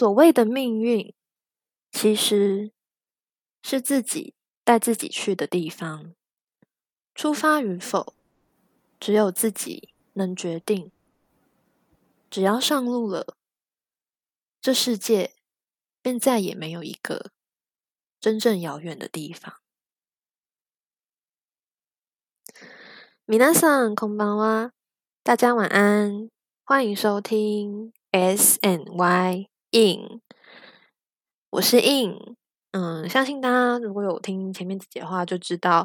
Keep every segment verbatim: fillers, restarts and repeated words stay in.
所谓的命运，其实是自己带自己去的地方。出发与否，只有自己能决定。只要上路了，这世界便再也没有一个真正遥远的地方。皆さんこんばんは，大家晚安，欢迎收听 S and Y In， 我是 In。嗯，相信大家如果有听前面几节的话，就知道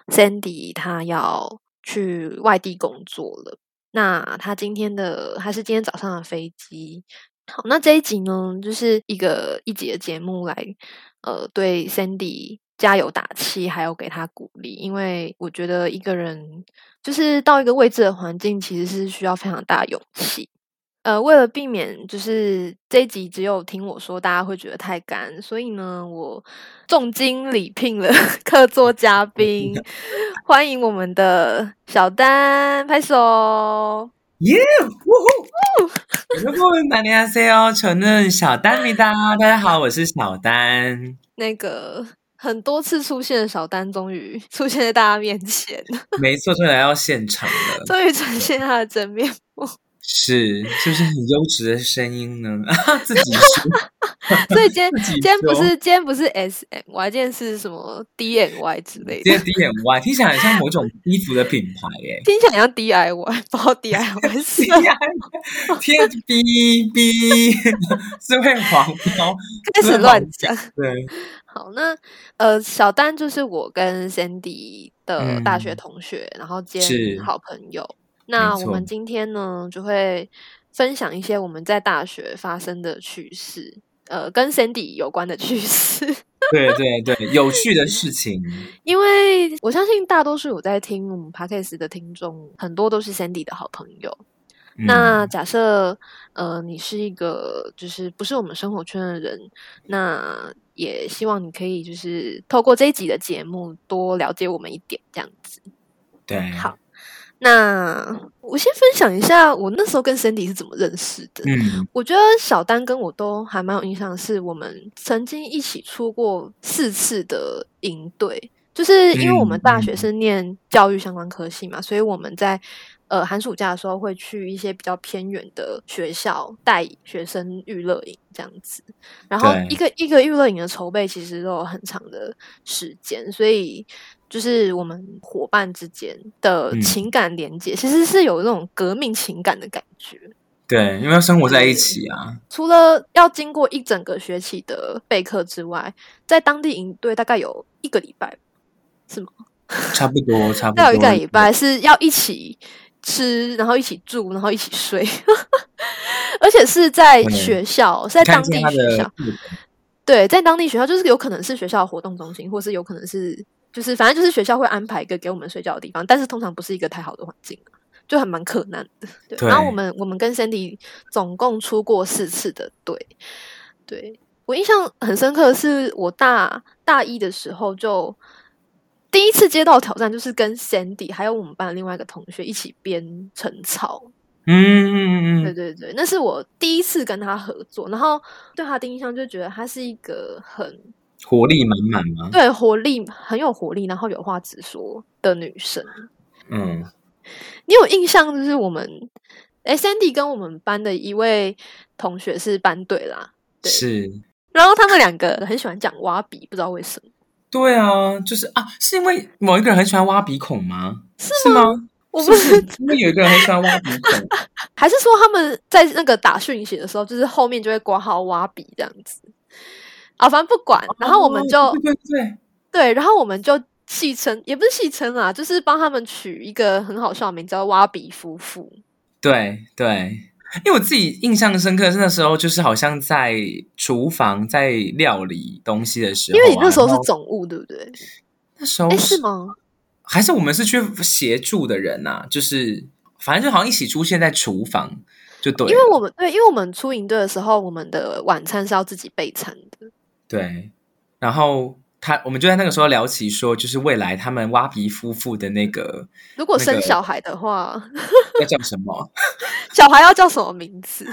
Sandy 他要去外地工作了。那他今天的还是今天早上的飞机。好，那这一集呢，就是一个一集的节目来，呃，对 Sandy 加油打气，还有给他鼓励。因为我觉得一个人就是到一个未知的环境，其实是需要非常大的勇气。呃，为了避免就是这一集只有听我说，大家会觉得太干，所以呢，我重金礼聘了客座嘉宾，欢迎我们的小丹，拍手。 耶！呜呼！여러분 안녕하세요，저는小丹입니다。大家好，我是小丹。 那个很多次出现的小丹，终于出现在大家面前。 没错，终于来到现场了， 终于呈现他的真面目。 是，是不是很优质的声音呢？自己说。 所以今天今天不是今天不是 S M Y， 今天是什么 D N Y 之类的。 今天 D N Y 听起来很像某种衣服的品牌耶， 听起来像 D I Y， 不知道 D I Y 是 D I Y， 天哔哔，是会黄标， 开始乱讲。 对， 好，那呃，小丹就是我跟 Sandy 的大学同学，嗯、然后兼好朋友。那我们今天呢，就会分享一些我们在大学发生的趣事，呃，跟 Sandy 有关的趣事。 对对对，有趣的事情。 因为我相信大多数有在听我们 Podcast 的听众，很多都是 Sandy 的好朋友。嗯、那假设呃你是一个就是不是我们生活圈的人，那也希望你可以就是透过这一集的节目多了解我们一点，这样子。 对， 好。那我先分享一下我那时候跟 Sandy 是怎么认识的。嗯，我觉得小丹跟我都还蛮有印象的是，我们曾经一起出过四次的营队，就是因为我们大学是念教育相关科系嘛，嗯、所以我们在呃寒暑假的时候会去一些比较偏远的学校带学生娱乐营这样子。然后一个一个娱乐营的筹备其实都有很长的时间，所以。就是我们伙伴之间的情感连结、嗯、其实是有那种革命情感的感觉。 对，因为要生活在一起啊。 除了要经过一整个学期的备课之外，在当地营队大概有一个礼拜，是吗？ 差不多，差不多。 有一个礼拜是要一起吃，然后一起住，然后一起睡，而且是在学校，是在当地学校。对，在当地学校就是有可能是学校的活动中心，或是有可能是。就是反正就是学校会安排一个给我们睡觉的地方，但是通常不是一个太好的环境，就还蛮克难的。对，对然后我们我们跟 Sandy 总共出过四次的队。对，我印象很深刻的是，我大大一的时候就第一次接到挑战，就是跟 Sandy 还有我们班的另外一个同学一起编晨操。 嗯嗯嗯， 对对对，那是我第一次跟他合作，然后对他的印象就觉得他是一个很。 活力满满吗？ 对，活力很有活力，然后有话直说的女生。 嗯， 你有印象就是我们哎 ，Sandy 跟我们班的一位同学是班队啦，对， 是。 然后他们两个很喜欢讲挖鼻，不知道为什么。 对啊，就是啊，是因为某一个人很喜欢挖鼻孔吗？ 是吗？ 是吗我不是因为有一个人很喜欢挖鼻孔， 还是说他们在那个打讯息的时候，就是后面就会括号挖鼻这样子？啊，反正不管，然后我们就、 哦、对对对对，然后我们就戏称，也不是戏称啦，就是帮他们取一个很好笑的名叫挖鼻夫妇。 对对，因为我自己印象深刻是那时候就是好像在厨房在料理东西的时候、啊， 因为你那时候是总务对不对？ 那时候是, 是吗？ 还是我们是去协助的人啊？就是反正就好像一起出现在厨房就对了， 因为我们对，因为我们出营队的时候，我们的晚餐是要自己备餐的。 对，然后他我们就在那个时候聊起说，就是未来他们挖鼻夫妇的那个， 如果生小孩的话， 那个、要叫什么？ 小孩要叫什么名字？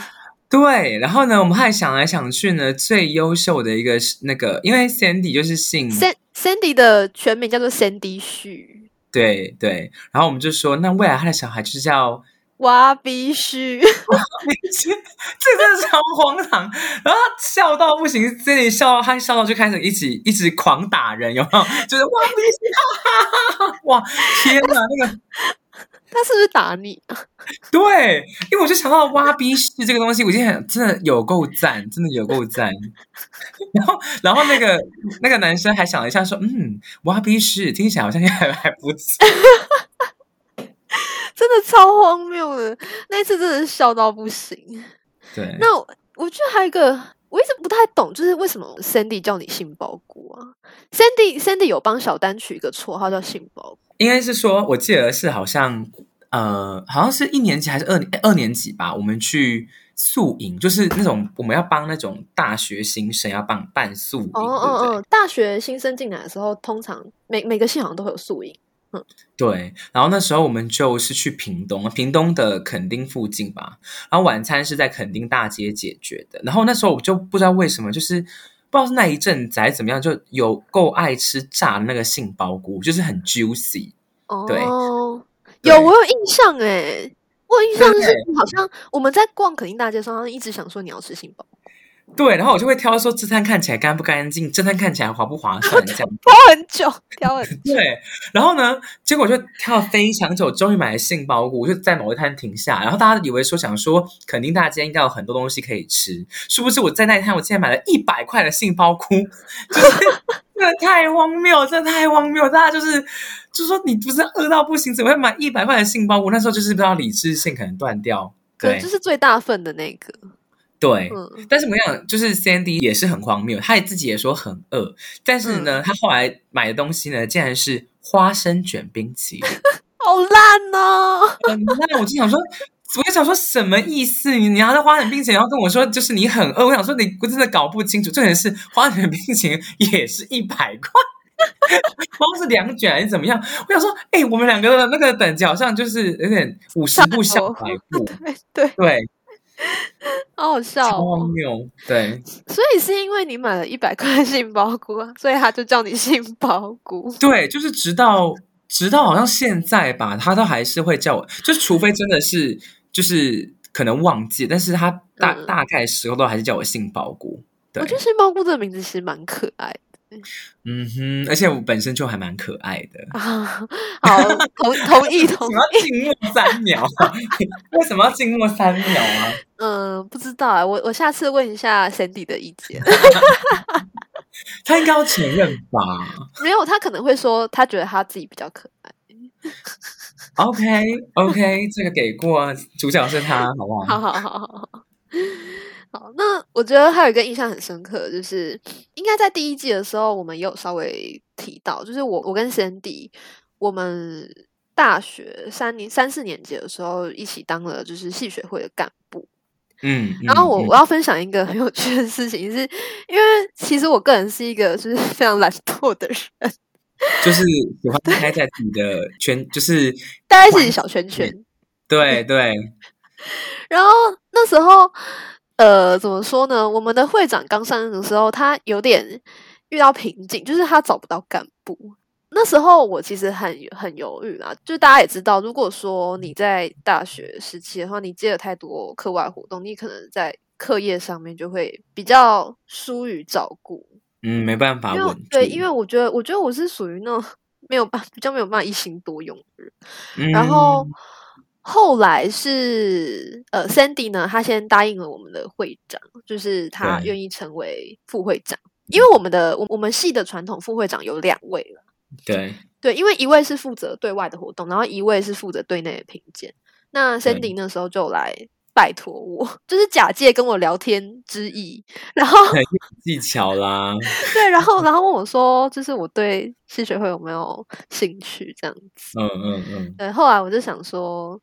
对，然后呢，我们还想来想去呢，最优秀的一个是那个，因为 Sandy 就是姓 Sandy 的全名叫做 Sandy 旭， 对对，然后我们就说，那未来他的小孩就是叫挖鼻旭， 这真的超荒唐，然后笑到不行，这里笑到他笑到就开始一起一直狂打人，有没有？就是挖鼻旭，哈哈哈哈！哇，天哪，那个。 他是不是打你啊？ 对，因为我就想到挖鼻屎这个东西，我已经很真的有够赞，真的有够赞。然后，然后那个那个男生还想了一下，说：“嗯，挖鼻屎听起来好像还还不错。” 真的超荒谬的，那一次真的是笑到不行。 对， 那我我觉得还有一个，我一直不太懂，就是为什么 Sandy 叫你杏鲍菇啊 ？Sandy Sandy 有帮小丹取一个绰号叫杏鲍菇。 应该是说，我记得是好像呃，好像是一年级还是二年二年级吧，我们去宿营，就是那种我们要帮那种大学新生要帮办宿营， 哦哦哦，大学新生进来的时候，通常每每个系好像都会有宿营。嗯， 对，然后那时候我们就是去屏东，屏东的垦丁附近吧，然后晚餐是在垦丁大街解决的。然后那时候我就不知道为什么，就是不知道是那一阵子还是怎么样，就有够爱吃炸的那个杏鲍菇，就是很 juicy。对， 哦，有我有印象哎，我有印象是好像我们在逛垦丁大街上，好像一直想说你要吃杏鲍菇。 对，然后我就会挑说这餐看起来干不干净，这餐看起来划不划算，这样挑很久，挑很久。 对，然后呢，结果就挑了非常久，终于买了杏鲍菇，就在某一摊停下，然后大家以为说想说，肯定大街应该有很多东西可以吃，殊不知我在那一摊，我竟然买了一百块的杏鲍菇，就是真的太荒谬，真的太荒谬，大家就是就说你不是饿到不行，怎么会买一百块的杏鲍菇？那时候就是不知道理智性可能断掉， 可能就是最大份的那个。 对，嗯、但是我跟你讲，就是 Sandy 也是很荒谬，他也自己也说很饿，但是呢，嗯、他后来买的东西呢，竟然是花生卷冰淇淋， 好烂哦！ 很烂，我就想说，我就想说什么意思？你你要在花生冰淇淋，然后跟我说就是你很饿，我想说你我真的搞不清楚，重点是花生卷冰淇淋也是一百块。光是两卷还是怎么样？我想说，哎、欸，我们两个的那个等级好像就是有点五十步笑百步， 对对对。 好好笑、哦， 超荒谬，对， 所以是因为你买了一百块杏鲍菇啊，所以他就叫你杏鲍菇。 对，就是直到直到好像现在吧，他都还是会叫我，就是除非真的是就是可能忘记，但是他大、嗯、大概时候都还是叫我杏鲍菇。对， 我觉得杏鲍菇这个名字其实蛮可爱的。 嗯哼，而且我本身就还蛮可爱的啊。好，同同意同意。 为什么要静默三秒、啊？为什么要静默三秒啊？ 嗯，不知道啊，我我下次问一下 Sandy 的意见。 他应该要承认吧？ 没有，他可能会说他觉得他自己比较可爱。 OK OK， 这个给过，主角是他，好不好？ 好好好好好。好，那我觉得还有一个印象很深刻的，就是应该在第一季的时候，我们也有稍微提到，就是我我跟 Sandy， 我们大学三年三四年级的时候一起当了就是系学会的干部。 嗯， 然后我我要分享一个很有趣的事情，是因为其实我个人是一个就是非常懒惰的人， 就是喜欢待在自己的圈，就是待在自己小圈圈。 对对。 然后那时候。呃，怎么说呢？我们的会长刚上任的时候，他有点遇到瓶颈，就是他找不到干部。那时候我其实很很犹豫啦，就大家也知道，如果说你在大学时期的话，你接了太多课外活动，你可能在课业上面就会比较疏于照顾。 嗯，没办法稳住。 对，因为我觉得，我觉得我是属于那种没有办比较没有办法一心多用的人， 嗯、 然后。后来是呃 ，Sandy 呢，他先答应了我们的会长，就是他愿意成为副会长，因为我们的我我们系的传统副会长有两位了。 对对，因为一位是负责对外的活动，然后一位是负责对内的评鉴。那 Sandy 那时候就来拜托我，就是假借跟我聊天之意，然后技巧啦， 对，然后然后问我说，就是我对系学会有没有兴趣这样子。 嗯嗯嗯。 对，后来我就想说，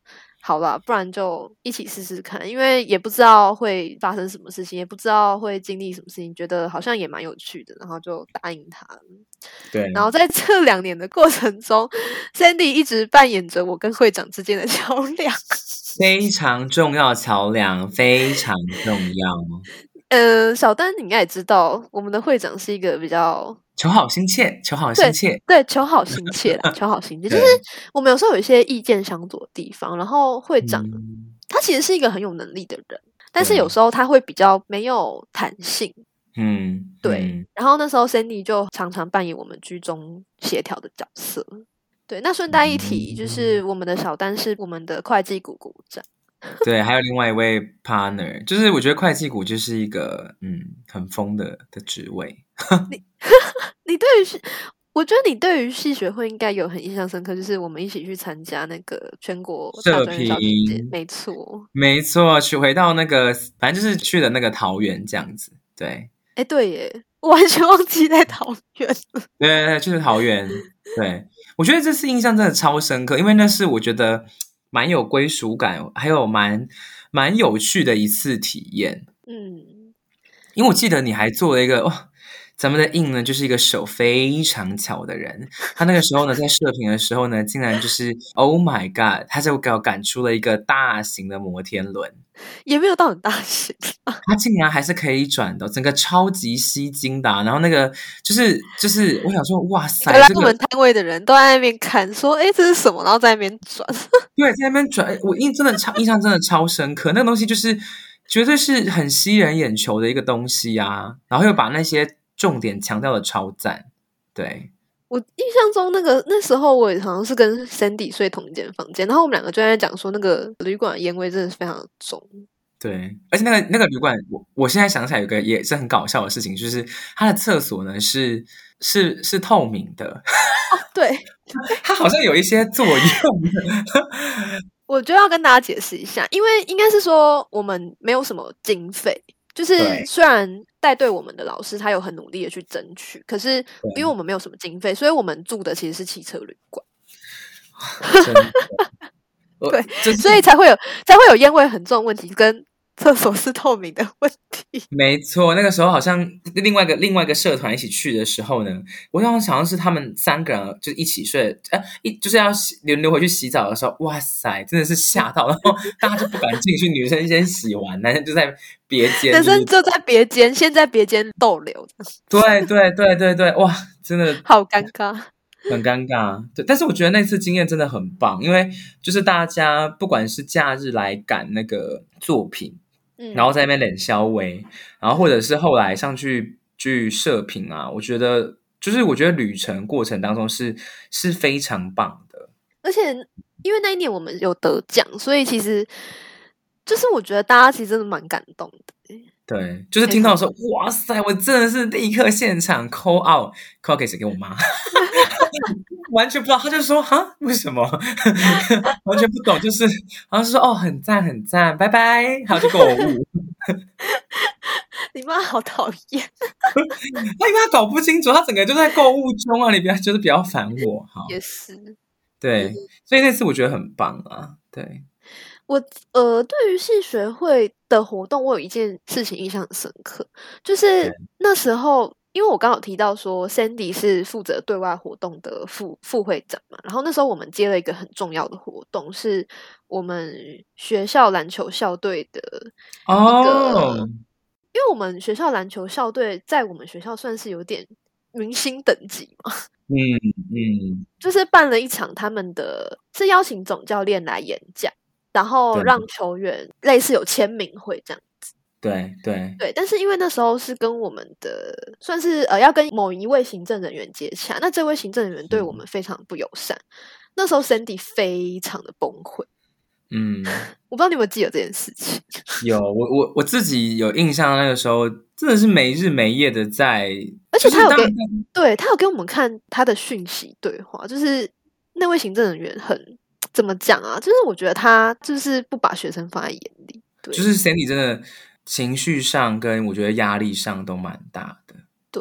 好吧，不然就一起试试看，因为也不知道会发生什么事情，也不知道会经历什么事情，觉得好像也蛮有趣的，然后就答应他了。 对， 然后在这两年的过程中，Sandy 一直扮演着我跟会长之间的桥梁， 非常重要桥梁，非常重要。 呃，小丹你应该也知道，我们的会长是一个比较求好心切，求好心对切， 对求好心切啦，求好心切，就是对， 我们有时候有一些意见相左的地方，然后会长、 嗯， 他其实是一个很有能力的人，但是对有时候他会比较没有弹性。 嗯对， 嗯然后那时候 Sandy 就常常扮演我们居中协调的角色。对，那顺带一提，就是嗯， 我们的小丹是我们的会计股股长。 对，还有另外一位 partner，就是我觉得会计股就是一个嗯很疯的的职位。 你你对于系，我觉得你对于系学会应该有很印象深刻，就是我们一起去参加那个全国大社专院校体检， 评， 没错。 没错，去回到那个，反正就是去了那个桃园这样子，对， 哎，对耶，我完全忘记在桃园了。 对对对，就是桃园，对，我觉得这次印象真的超深刻，因为那是我觉得蛮有归属感，还有蛮蛮有趣的一次体验。 嗯， 因为我记得你还做了一个哇、哦，咱们的印呢就是一个手非常巧的人，他那个时候呢在射频的时候呢，竟然就是 Oh my God，他就给我赶出了一个大型的摩天轮。 也没有到很大型。 它竟然还是可以转的，整个超级吸睛的、啊。然后那个就是就是，我想说，哇塞，这个来我们摊位的人都在那边看，说：“哎，这是什么？”然后在那边转。 对，在那边转，我印真的超印象真的超深刻。那个东西就是绝对是很吸人眼球的一个东西啊，然后又把那些重点强调的超赞。对， 我印象中，那个那时候我也好像是跟 Sandy 睡同一间房间，然后我们两个就在讲说，那个旅馆的烟味真的是非常的重。 对，而且那个那个旅馆，我我现在想起来有个也是很搞笑的事情，就是它的厕所呢是是是透明的， 哦，对， 它好像有一些作用。 我就要跟大家解释一下，因为应该是说我们没有什么经费，就是对虽然带队我们的老师他有很努力的去争取，可是因为我们没有什么经费，所以我们住的其实是汽车旅馆。 真的， 对， 就是所以才会有才会有烟味很重的问题，跟厕所是透明的问题。 没错。那个时候好像另外一个另外一个社团一起去的时候呢，我好像好像是他们三个人就一起睡，呃，一就是要洗轮流回去洗澡的时候，哇塞，真的是吓到，然后大家就不敢进去，女生先洗完，男生就在别间， 男就是生就在别间，先在别间逗留， 对对对对对，哇，真的好尴尬。 很尴尬。对，但是我觉得那次经验真的很棒，因为就是大家不管是假日来赶那个作品。 嗯， 然后在那边冷消微，然后或者是后来上去去射频啊，我觉得就是我觉得旅程过程当中是是非常棒的。 而且因为那一年我们有得奖，所以其实就是我觉得大家其实真的蛮感动的。 对，就是听到说哇塞，我真的是立刻现场 call out call out 给谁？给我妈。完全不知道，他就说哈，为什么？完全不懂，就是好像是说哦，很赞很赞，拜拜，然后就跟我误。 你妈好讨厌。 他因为他搞不清楚，他整个就在购物中啊，你不要就是不要烦我哈。 也是， 对，所以那次我觉得很棒啊。对， 我呃，对于系学会的活动，我有一件事情印象很深刻，就是那时候，因为我刚好提到说，Sandy 是负责对外活动的副副会长嘛，然后那时候我们接了一个很重要的活动，是我们学校篮球校队的一个， 哦， 因为我们学校篮球校队在我们学校算是有点明星等级嘛， 嗯嗯， 就是办了一场他们的是邀请总教练来演讲，然后对让球员类似有签名会这样子。 对对， 对，但是因为那时候是跟我们的算是呃要跟某一位行政人员接洽，那这位行政人员对我们非常不友善，那时候 Sandy 非常的崩溃。 嗯， 我不知道你有没有记得这件事情。 有我我我自己有印象，那个时候真的是没日没夜的在， 而且他有给、 就是对他有给我们看他的讯息对话，就是那位行政人员很怎么讲啊？就是我觉得他就是不把学生放在眼里，对， 就是 Sandy 真的情绪上跟我觉得压力上都蛮大的。 对。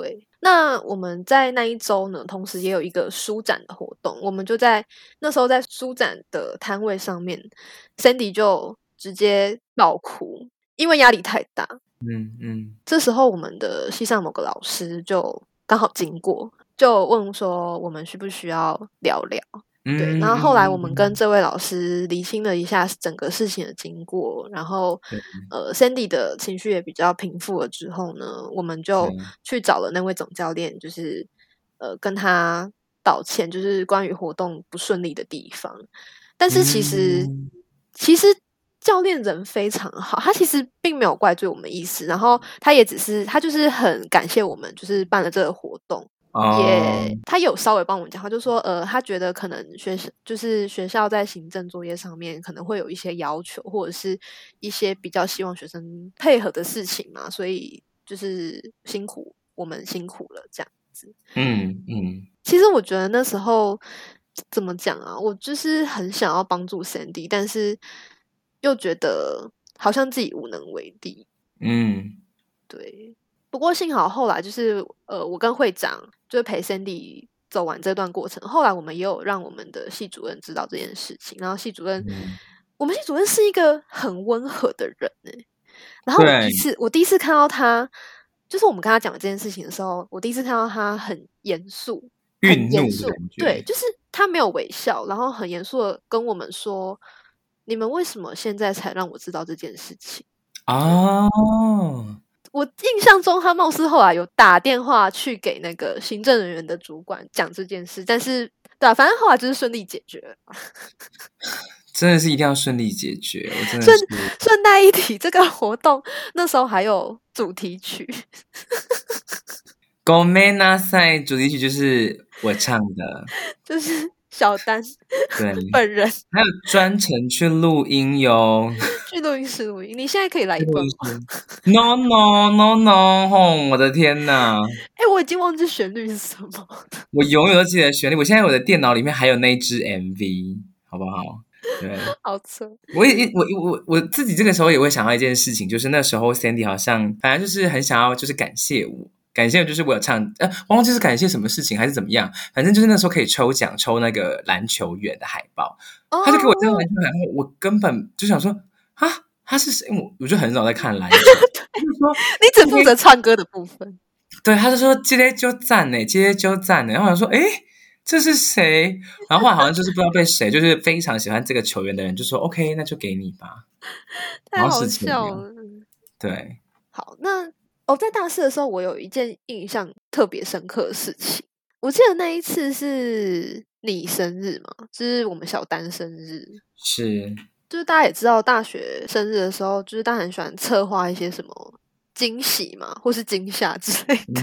那我们在那一周呢，同时也有一个书展的活动，我们就在那时候在书展的摊位上面 ，Sandy 就直接爆哭，因为压力太大。 嗯嗯， 这时候我们的系上某个老师就刚好经过，就问说我们需不需要聊聊。对， 嗯然后后来我们跟嗯这位老师厘清了一下整个事情的经过，然后对呃，Sandy 的情绪也比较平复了之后呢，我们就对去找了那位总教练，就是呃跟他道歉，就是关于活动不顺利的地方。但是其实、 嗯其实教练人非常好，他其实并没有怪罪我们意思，然后他也只是他就是很感谢我们，就是办了这个活动。 哦， 也他有稍微帮我们讲话，就说呃，他觉得可能学校就是学校在行政作业上面可能会有一些要求，或者是一些比较希望学生配合的事情嘛，所以就是辛苦我们辛苦了这样子。 嗯嗯其实我觉得那时候怎么讲啊，我就是很想要帮助 Sandy，但是又觉得好像自己无能为力。 嗯对，不过幸好后来就是呃，我跟会长就是陪 Sandy 走完这段过程。后来我们也有让我们的系主任知道这件事情，然后系主任， 嗯， 我们系主任是一个很温和的人欸。然后我第一对， 次我第一次看到他，就是我们跟他讲这件事情的时候，我第一次看到他很严肃，很愠怒的严肃，对， 感觉就是他没有微笑，然后很严肃的跟我们说：“你们为什么现在才让我知道这件事情？” 哦， 我印象中，他貌似后来有打电话去给那个行政人员的主管讲这件事，但是对啊，反正后来就是顺利解决了。 真的是一定要顺利解决，我真的顺是顺带一提，这个活动那时候还有主题曲， Go Man 那赛主题曲就是我唱的， 就是小丹对， 本人还有专程去录音哟。 去录音室录音。你现在可以来一段吗？ No no no no！吼，我的天哪！ 哎、我已经忘记旋律是什么了。 我永远都记得旋律。我现在我的电脑里面还有那一支 M V，好不好？对， 好扯。 我也我我我自己这个时候也会想到一件事情，就是那时候 Sandy 好像反正就是很想要就是感谢我，感谢就是我有唱，呃，忘记是感谢什么事情还是怎么样，反正就是那时候可以抽奖抽那个篮球员的海报， 哦， 他就给我这个篮球海报，我根本就想说啊，他是谁？我我就很少在看篮球，就是说你只负责唱歌的部分。 对，他就说今天就赞呢，今天就赞呢，然后我想说，诶，这是谁？然后后来好像就是不知道被谁，就是非常喜欢这个球员的人就说 OK，那就给你吧。 太好好像是这样， 笑了。 对， 好，那哦，在大四的时候，我有一件印象特别深刻的事情。我记得那一次是你生日嘛，就是我们小丹生日。 是， 就是大家也知道，大学生日的时候，就是大家很喜欢策划一些什么惊喜嘛，或是惊吓之类的。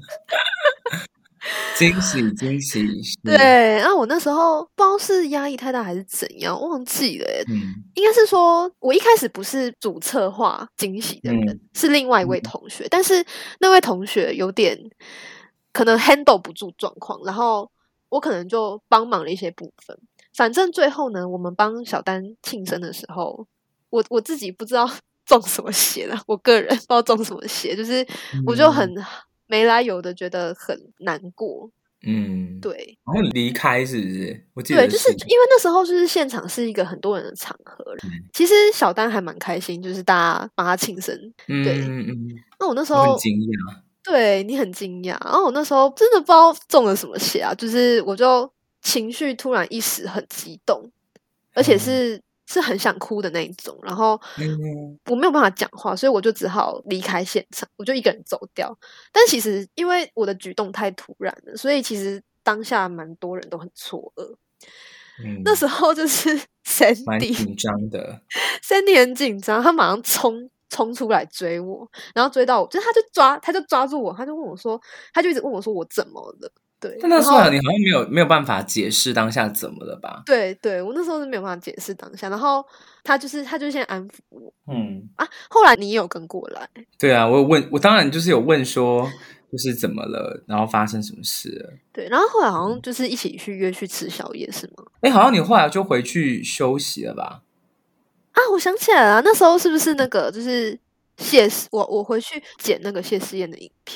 惊喜惊喜，是， 对，然后我那时候不知道是压力太大还是怎样，忘记了耶。 嗯应该是说，我一开始不是主策划惊喜的人， 嗯是另外一位同学，但是那位同学有点可能 handle 不住状况，然后我可能就帮忙了一些部分。反正最后呢，我们帮小丹庆生的时候，我我自己不知道中什么邪了，我个人不知道中什么邪，就是我就很没来由的觉得很难过。 嗯， 对， 然后你离开是不是？我记对， 得就是因为那时候就是现场是一个很多人的场合，其实小丹还蛮开心，就是大家帮他庆生。对， 嗯嗯， 那我那时我很候惊讶， 对你很惊讶，然后我那时候真的不知道中了什么邪啊，就是我就情绪突然一时很激动，而且是、是很想哭的那一种，然后嗯我没有办法讲话，所以我就只好离开现场，我就一个人走掉。但其实因为我的举动太突然了，所以其实当下蛮多人都很错愕。 嗯， 那时候就是蛮 Sandy 紧张的， Sandy 很紧张，他马上冲冲出来追我，然后追到我，就是他就抓他就抓住我，他就问我说，他就一直问我说我怎么了？对， 但那时候然后你好像没有没有办法解释当下怎么了吧？ 对对，我那时候是没有办法解释当下，然后他就是他就先安抚我嗯， 啊。后来你也有跟过来， 对啊，我有问，我当然就是有问说，就是怎么了，然后发生什么事了？ 对，然后后来好像就是一起去约去吃宵夜，是吗？ 哎，好像你后来就回去休息了吧？ 啊，我想起来了，那时候是不是那个就是谢师我我回去剪那个谢师宴的影片？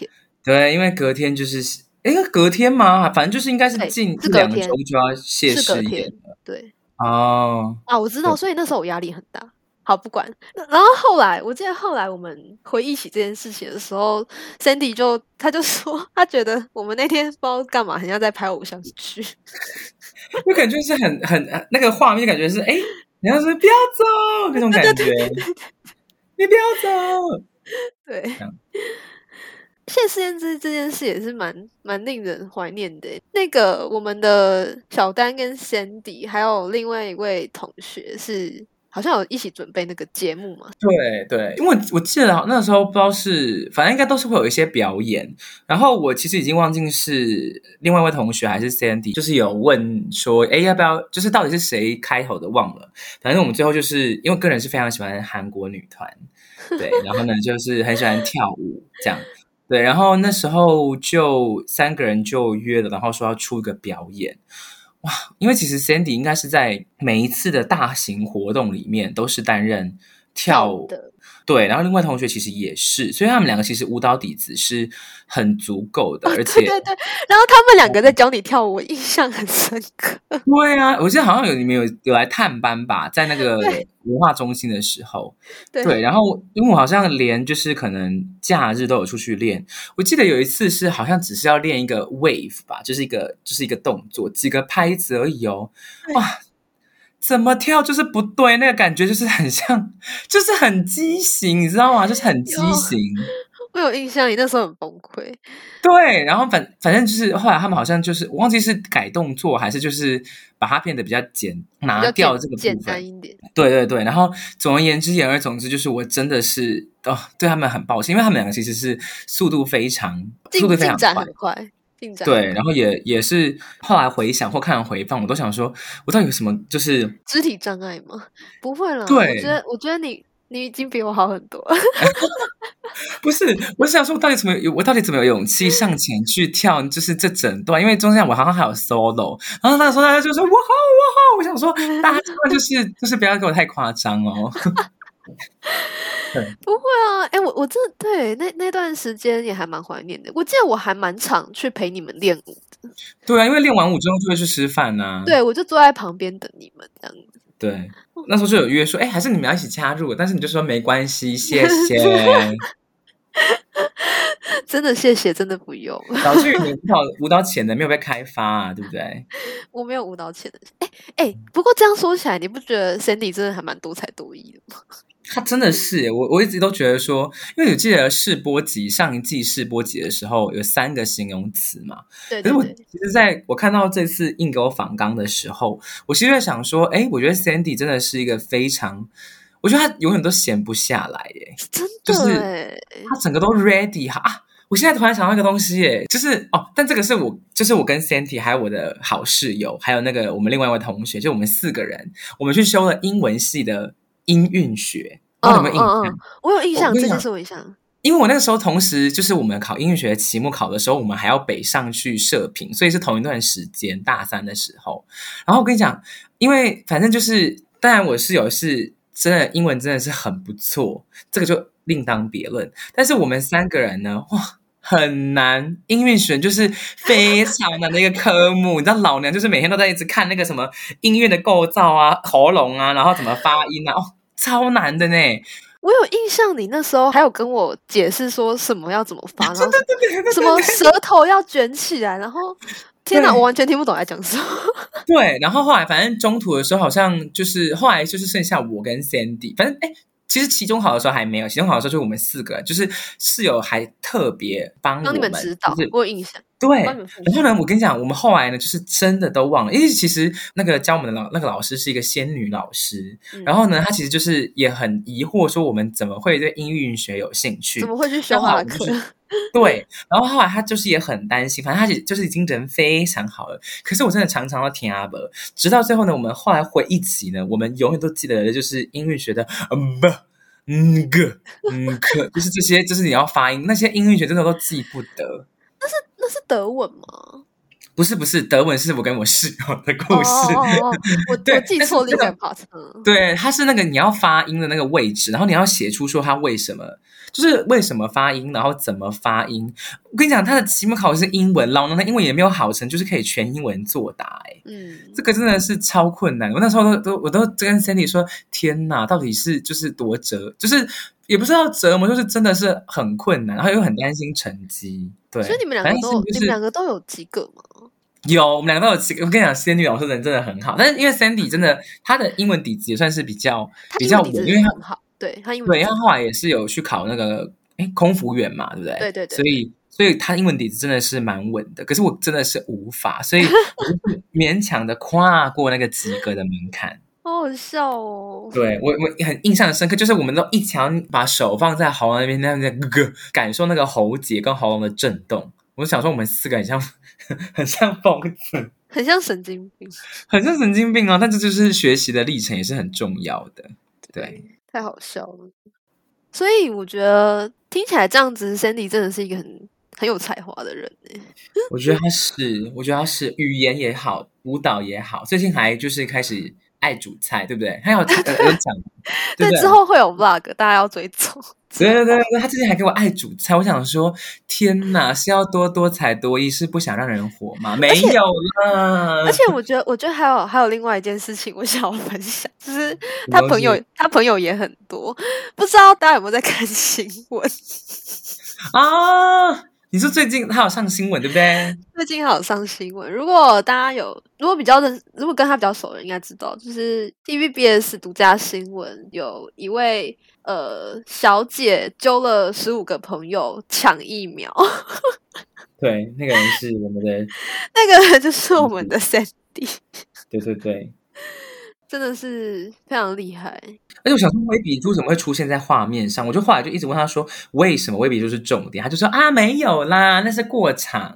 对，因为隔天就是哎，隔天吗？反正就是应该是近一两周就要谢师宴了。 对， 哦啊，我知道，所以那时候我压力很大。好，不管。然后后来，我记得后来我们回忆起这件事情的时候 ，Sandy 就他就说，他觉得我们那天不知道干嘛，很像在拍偶像剧， 就感觉是很很那个画面，感觉是哎，你要是不要走那种感觉，你不要走， 对。谢师宴这这件事也是蛮蛮令人怀念的。那个我们的小丹跟 Sandy 还有另外一位同学是好像有一起准备那个节目嘛？ 对对，因为我记得那时候不知道是，反正应该都是会有一些表演。然后我其实已经忘记是另外一位同学还是 Sandy， 就是有问说，哎，要不要？就是到底是谁开头的忘了。反正我们最后就是因为个人是非常喜欢韩国女团，对，然后呢就是很喜欢跳舞这样。对，然后那时候就三个人就约了，然后说要出一个表演。哇，因为其实 Sandy 应该是在每一次的大型活动里面都是担任跳的， 对，然后另外同学其实也是，所以他们两个其实舞蹈底子是很足够的，而且对对对，然后他们两个在教你跳舞，我印象很深刻。 对啊，我记得好像有你们有有来探班吧，在那个文化中心的时候，对，对然后因为我好像连就是可能假日都有出去练，我记得有一次是好像只是要练一个 wave 吧，就是一个就是一个动作，几个拍子而已哦，哇。怎么跳就是不对，那个感觉就是很像，就是很畸形，你知道吗？就是很畸形。 我有印象，你那时候很崩溃。 对，然后反反正就是后来他们好像就是我忘记是改动作还是就是把它变得比较简拿掉这个部分， 简单一点。 对对对，然后总而言之言而总之就是我真的是哦对他们很抱歉，因为他们两个其实是速度非常速度非常快，很快。 对，然后也也是后来回想或看回放，我都想说，我到底有什么就是肢体障碍吗？不会啦， 对， 我觉得我觉得你你已经比我好很多。 不是，我是想说，我到底怎么有我到底怎么有勇气上前去跳，就是这整段，因为中间我好像还有 solo， 然后那个时候大家就说哇吼哇吼，我想说大家千万就是就是不要给我太夸张哦。 不会啊，哎、欸，我我真的对那那段时间也还蛮怀念的。我记得我还蛮常去陪你们练舞的。 对啊，因为练完舞之后就会去吃饭啊。 对，我就坐在旁边等你们这样子。 对，那时候就有约说，哎、欸，还是你们要一起加入，但是你就说没关系，谢谢。 真的谢谢，真的不用。 导致于你舞蹈舞蹈潜能没有被开发啊，对不对？ 我没有舞蹈潜能。哎、欸、哎、欸，不过这样说起来，你不觉得 Sandy 真的还蛮多才多艺的吗？ 他真的是我，我一直都觉得说，因为我记得试播集上一季试播集的时候有三个形容词嘛， 对对对。 可是我其实在我看到这次硬给我访纲的时候，我其实在想说，哎，我觉得 Sandy 真的是一个非常，我觉得他永远都闲不下来耶， 真的， 就是他整个都 ready 啊。我现在突然想到一个东西耶，就是哦，但这个是我，就是我跟 Sandy 还有我的好室友，还有那个我们另外一位同学，就我们四个人，我们去修了英文系的音韵学， 哦， 有没有印象？ 嗯嗯、我有印象，这件事我有印象。 因为我那个时候同时就是我们考音乐学的期末考的时候，我们还要北上去社评，所以是同一段时间，大三的时候。然后我跟你讲，因为反正就是，当然我室友是真的英文真的是很不错，这个就另当别论。但是我们三个人呢，哇！很难，音韵学就是非常难的一个科目。你知道老娘就是每天都在一直看那个什么音乐的构造啊、喉咙啊，然后怎么发音啊，哦，超难的呢。 我有印象，你那时候还有跟我解释说什么要怎么发，然后什么舌头要卷起来，然后天哪，我完全听不懂在讲什么。 对，然后后来反正中途的时候，好像就是后来就是剩下我跟 Sandy， 反正哎。其实期中考的时候还没有，期中考的时候就我们四个，就是室友还特别帮我们， 帮你们指导， 就是、 我有印象。 对，然后呢，我跟你讲，我们后来呢，就是真的都忘了，因为其实那个教我们的老那个老师是一个仙女老师，嗯、然后呢，他其实就是也很疑惑，说我们怎么会对音韵学有兴趣， 怎么会去修他的课？ 对，然后后来他就是也很担心，反正他就是已经人非常好了，可是我真的常常要听阿伯，直到最后呢，我们后来回忆起呢，我们永远都记得的就是音韵学的嗯不嗯个嗯个，就是这些，就是你要发音，那些音韵学真的都记不得。 那是那是德文吗？ 不是不是，德文是我跟我室友的故事。 哦哦哦我我记错另一个 part。 对，它是那个你要发音的那个位置，然后你要写出说它为什么，就是为什么发音，然后怎么发音。 我跟你讲，他的期末考试是英文，老娘的英文也没有好成，就是可以全英文作答、欸。 嗯， 这个真的是超困难。我那时候都都我都跟 Sandy 说，天哪，到底是就是多折，就是也不是要折磨，就是真的是很困难，然后又很担心成绩。对， 所以你们两个都、 反正就是你们两个都有及格吗？ 有，我们两个都有几个。我跟你讲，Sandy 老师人真的很好，但是因为 Sandy 真的他的英文底子也算是比较比较稳，因为他很好，对他英文对，因为他后来也是有去考那个哎空服员嘛，对不对？ 对对对， 所以所以他英文底子真的是蛮稳的。可是我真的是无法，所以我就是勉强的跨过那个及格的门槛。 好好笑哦！ 对我我很印象深刻，就是我们都一起要把手放在喉咙那边，那样咯咯感受那个喉结跟喉咙的震动。我想说，我们四个很像很像疯子， 很像神经病， 很像神经病啊！但这就是学习的历程，也是很重要的。对， 对太好笑了。所以我觉得听起来这样子 ，Sandy 真的是一个很很有才华的人欸。 我觉得他是，我觉得他是语言也好，舞蹈也好，最近还就是开始爱煮菜，对不对？他有他有有讲，对不对？ 之后会有 vlog，大家要追踪。 对对对对，他之前还给我爱煮菜，我想说，天哪，是要多多才多艺，是不想让人活吗？没有啦。 而且我觉得，我觉得还有还有另外一件事情，我想要分享，就是他朋友他朋友也很多，不知道大家有没有在看新闻啊？你说最近他有上新闻对不对？ 最近还有上新闻。如果大家有，如果比较认，如果跟他比较熟的人应该知道，就是 T V B S 独家新闻，有一位呃小姐揪了十五个朋友抢疫苗。 对，那个人是我们的， 那个人就是我们的 Sandy。 对对对， 真的是非常厉害。 而且我想说，微笔珠怎么会出现在画面上？我就后来就一直问他说，为什么微笔珠是重点？他就说啊，没有啦，那是过场。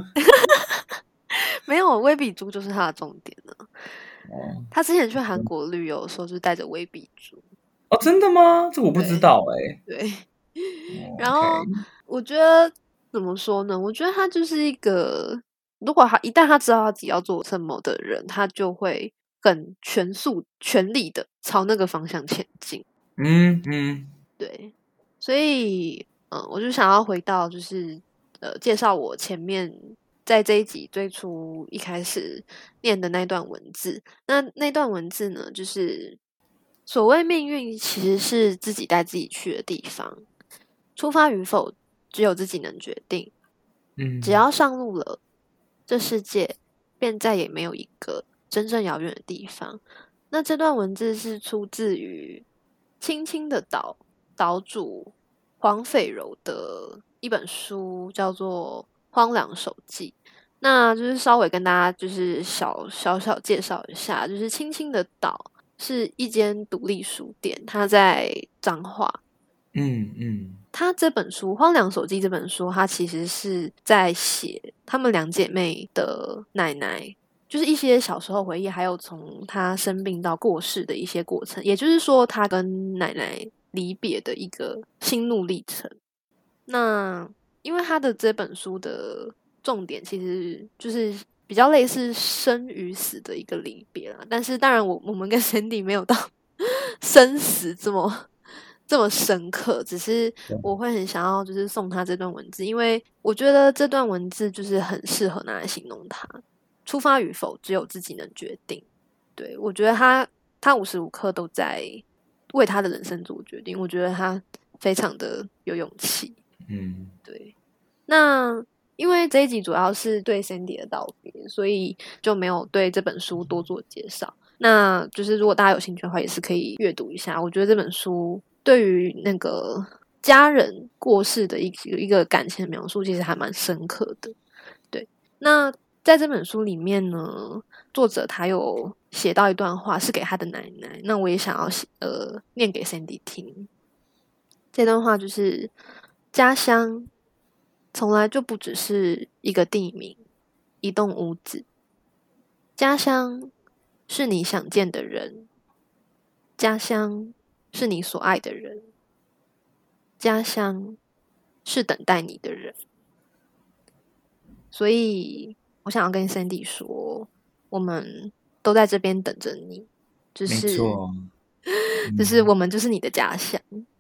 没有，微笔珠就是他的重点了。 哦， 他之前去韩国旅游的时候，就是带着微笔珠。 哦，真的吗？这我不知道哎、欸。 对， 哦、 然后 okay 我觉得怎么说呢？我觉得他就是一个，如果他一旦他知道他自己要做什么的人，他就会很全速、全力的朝那个方向前进。 嗯嗯， 对，所以嗯，我就想要回到就是呃，介绍我前面在这一集最初一开始念的那段文字。那那段文字呢，就是所谓命运其实是自己带自己去的地方，出发与否只有自己能决定。 嗯， 只要上路了，这世界便再也没有一个真正遥远的地方。那这段文字是出自于《轻轻的岛》岛主黄斐柔的一本书，叫做《荒凉手记》。那就是稍微跟大家就是小小小介绍一下，就是《轻轻的岛》是一间独立书店，它在彰化。 嗯嗯， 他这本书《荒凉手记》这本书，它其实是在写他们两姐妹的奶奶，就是一些小时候回忆，还有从她生病到过世的一些过程，也就是说，她跟奶奶离别的一个心路历程。那因为他的这本书的重点其实就是比较类似生与死的一个离别啦，但是当然我我们跟 Sandy 没有到生死这么这么深刻，只是我会很想要就是送他这段文字，因为我觉得这段文字就是很适合拿来形容他。出发与否只有自己能决定。对，我觉得他他无时无刻都在为他的人生做决定，我觉得他非常的有勇气。 嗯， 对。那因为这一集主要是对 Sandy 的道别，所以就没有对这本书多做介绍。那就是如果大家有兴趣的话，也是可以阅读一下。我觉得这本书对于那个家人过世的一个一个感情的描述，其实还蛮深刻的。对，那在这本书里面呢，作者他有写到一段话，是给他的奶奶。那我也想要呃念给 Sandy 听。这段话就是：家乡从来就不只是一个地名，一栋屋子。家乡是你想见的人，家乡是你所爱的人，家乡是等待你的人。所以我想要跟 Sandy 说，我们都在这边等着你，就是， 没错， 就是我们就是你的家乡。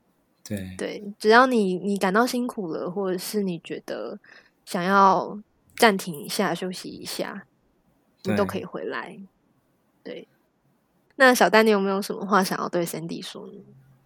对对，只要你你感到辛苦了，或者是你觉得想要暂停一下、休息一下，你都可以对， 回来。对，那小丹，你有没有什么话想要对 Sandy 说呢？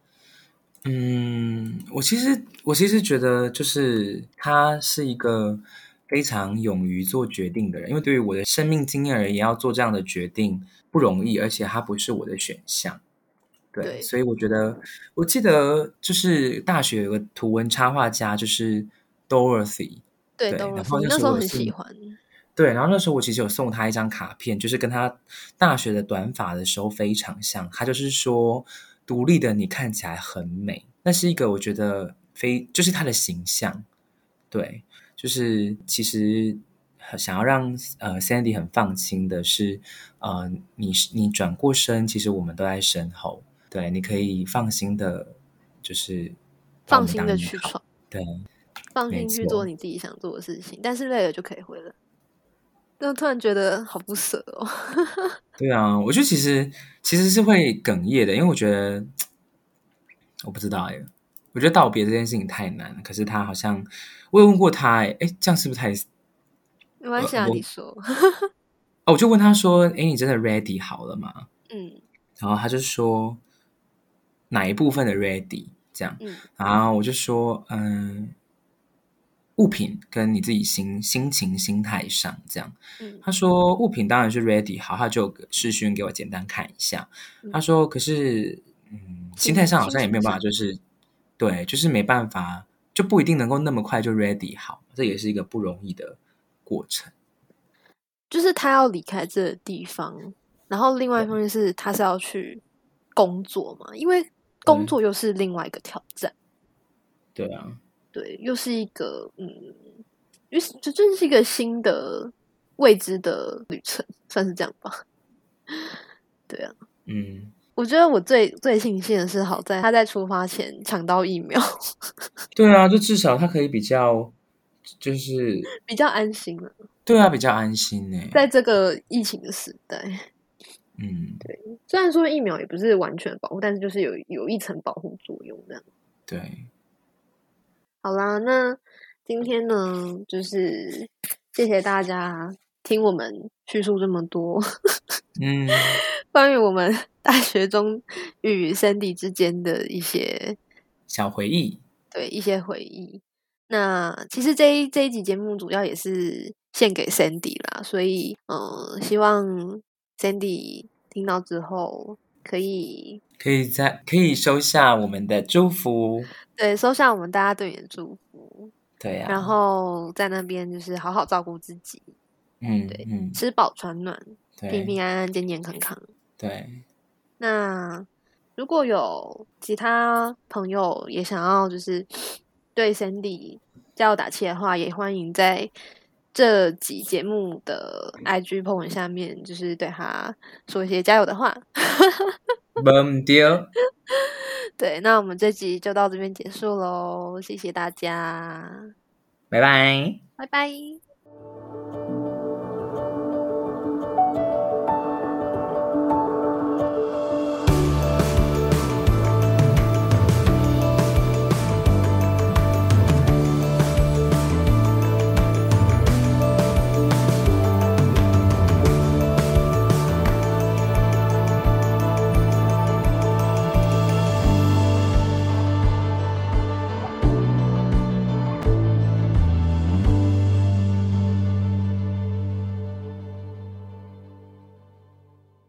嗯，我其实我其实觉得，就是他是一个非常勇于做决定的人，因为对于我的生命经验而言，要做这样的决定不容易，而且它不是我的选项。对， 对所以我觉得，我记得就是大学有个图文插画家，就是 Dorothy， 对对，然 ，Dorothy， 后那你那时候很时候我有送， 喜欢。 对，然后那时候我其实有送他一张卡片，就是跟他大学的短发的时候非常像。他就是说，独立的你看起来很美，那是一个我觉得非就是他的形象，对，就是其实想要让呃 Sandy 很放心的是，呃，你你转过身，其实我们都在身后，对，你可以放心的，就是把我们放心当依靠， 的去闯， 对， 放心去做没错。 你自己想做的事情，但是累了就可以回来。就突然觉得好不舍哦。 对啊，我觉得其实其实是会哽咽的，因为我觉得我不知道哎，我觉得道别这件事情太难了。可是他好像，我有问过他，哎，哎，这样是不是太……呃， 没关系啊， 我你说。 哦，我就问他说，哎，你真的 ready 好了吗？ 嗯然后他就说哪一部分的 ready 这样， 嗯然后我就说，嗯，物品跟你自己心心情心态上这样。 嗯他说物品当然是 ready 好，他就视讯给我简单看一下。他嗯， 说可是嗯，心态心上好像也没有办法， 心情上， 就是对，就是没办法，就不一定能够那么快就 ready 好，这也是一个不容易的过程。 就是他要离开这个地方，然后另外一方面是他是要去工作嘛，因为工对作又是另外一个挑战。 对啊， 对，又是一个嗯，又是这真是一个新的未知的旅程，算是这样吧。对啊， 嗯， 我觉得我最最庆幸的是，好在他在出发前抢到疫苗。 对啊，就至少他可以比较，就是比较安心了， 对啊，比较安心呢。 在这个疫情的时代。 嗯， 虽然说疫苗也不是完全保护，但是就是有有一层保护作用这样。 对， 好啦，那今天呢，就是谢谢大家听我们叙述这么多嗯， 关于我们大学中与 Sandy 之间的一些小回忆， 对一些回忆。那其实这一这一集节目主要也是献给 Sandy 啦，所以嗯、呃希望 Sandy 听到之后可以可以在可以收下我们的祝福。 对收下我们大家对你的祝福，然对呀、 后在那边就是好好照顾自己，对， 嗯嗯， 吃饱穿暖，平对平安安，健健康康。 对， 那如果有其他朋友也想要就是对 Sandy 加油打气的话，也欢迎在这集节目的 I G po 文下面，就是对他说一些加油的话。 没丢， 对，那我们这集就到这边结束喽，谢谢大家， 拜拜。 拜拜。